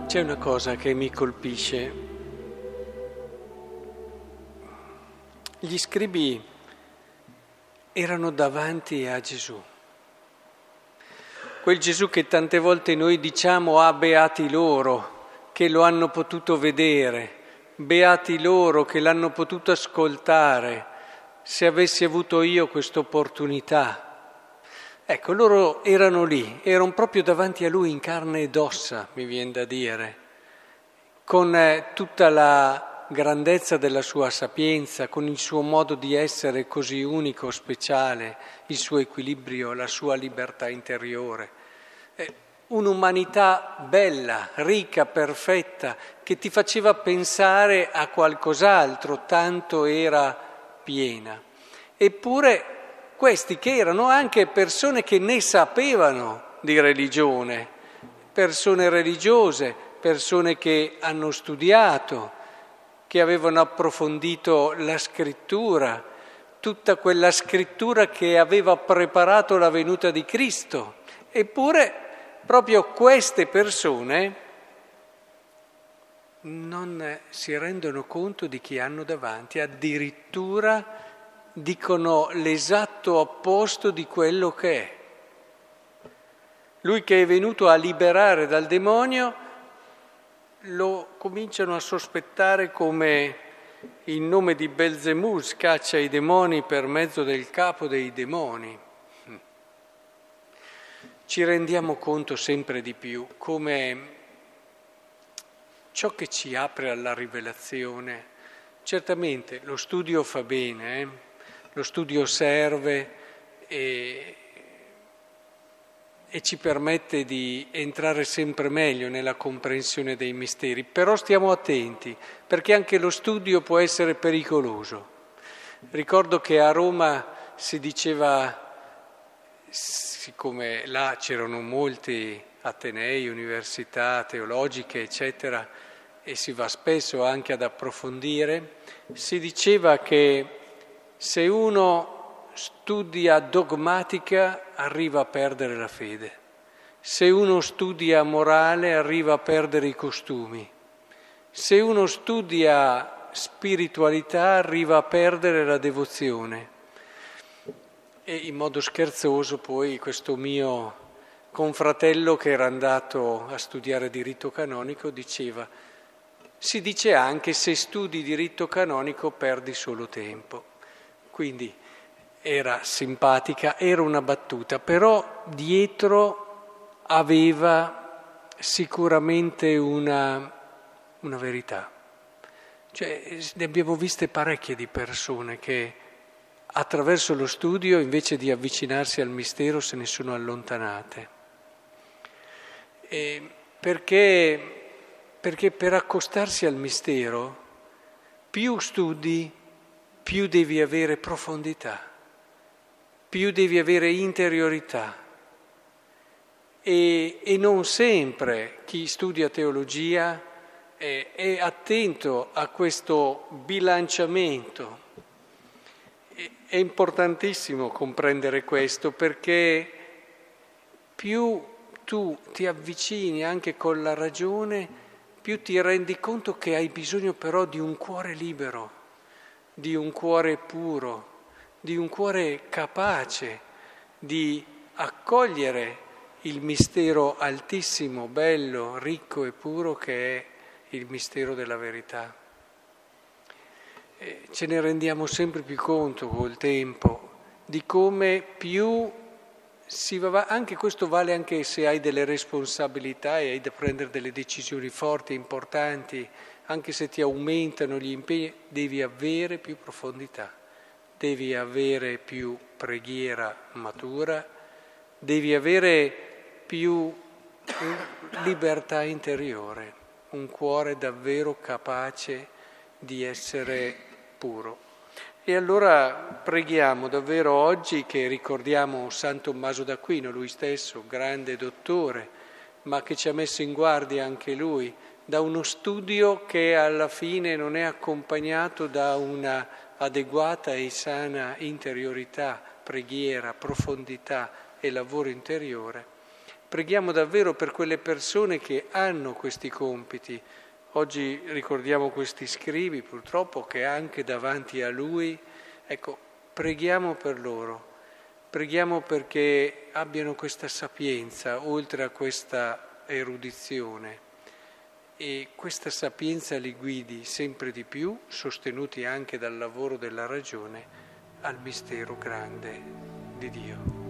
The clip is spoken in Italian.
C'è una cosa che mi colpisce. Gli scribi erano davanti a Gesù. Quel Gesù che tante volte noi diciamo beati loro che lo hanno potuto vedere, beati loro che l'hanno potuto ascoltare, se avessi avuto io questa opportunità. Ecco, loro erano lì, erano proprio davanti a lui in carne ed ossa, mi viene da dire, con tutta la grandezza della sua sapienza, con il suo modo di essere così unico, speciale, il suo equilibrio, la sua libertà interiore. Un'umanità bella, ricca, perfetta, che ti faceva pensare a qualcos'altro, tanto era piena. Eppure questi che erano anche persone che ne sapevano di religione, persone religiose, persone che hanno studiato, che avevano approfondito la scrittura, tutta quella scrittura che aveva preparato la venuta di Cristo. Eppure proprio queste persone non si rendono conto di chi hanno davanti, addirittura dicono l'esatto opposto di quello che è. Lui che è venuto a liberare dal demonio lo cominciano a sospettare come in nome di Belzemus caccia i demoni per mezzo del capo dei demoni. Ci rendiamo conto sempre di più come ciò che ci apre alla rivelazione, certamente lo studio fa bene, lo studio serve e ci permette di entrare sempre meglio nella comprensione dei misteri, però stiamo attenti perché anche lo studio può essere pericoloso. Ricordo che a Roma si diceva, siccome là c'erano molti atenei, università teologiche, eccetera, e si va spesso anche ad approfondire, si diceva che se uno studia dogmatica arriva a perdere la fede, se uno studia morale arriva a perdere i costumi, se uno studia spiritualità arriva a perdere la devozione. E in modo scherzoso poi questo mio confratello che era andato a studiare diritto canonico diceva: si dice anche se studi diritto canonico perdi solo tempo. Quindi era simpatica, era una battuta, però dietro aveva sicuramente una verità. Cioè, ne abbiamo viste parecchie di persone che attraverso lo studio, invece di avvicinarsi al mistero, se ne sono allontanate. Perché per accostarsi al mistero, più studi, più devi avere profondità, più devi avere interiorità. E non sempre chi studia teologia è attento a questo bilanciamento. È importantissimo comprendere questo perché più tu ti avvicini anche con la ragione, più ti rendi conto che hai bisogno però di un cuore libero, di un cuore puro, di un cuore capace di accogliere il mistero altissimo, bello, ricco e puro che è il mistero della verità. Ce ne rendiamo sempre più conto col tempo di come più si va, anche questo vale anche se hai delle responsabilità e hai da prendere delle decisioni forti, importanti, anche se ti aumentano gli impegni, devi avere più profondità, devi avere più preghiera matura, devi avere più libertà interiore, un cuore davvero capace di essere puro. E allora preghiamo davvero oggi che ricordiamo San Tommaso d'Aquino, lui stesso, grande dottore, ma che ci ha messo in guardia anche lui da uno studio che alla fine non è accompagnato da una adeguata e sana interiorità, preghiera, profondità e lavoro interiore. Preghiamo davvero per quelle persone che hanno questi compiti. Oggi ricordiamo questi scribi, purtroppo, che anche davanti a Lui, ecco, preghiamo per loro, preghiamo perché abbiano questa sapienza, oltre a questa erudizione, e questa sapienza li guidi sempre di più, sostenuti anche dal lavoro della ragione, al mistero grande di Dio.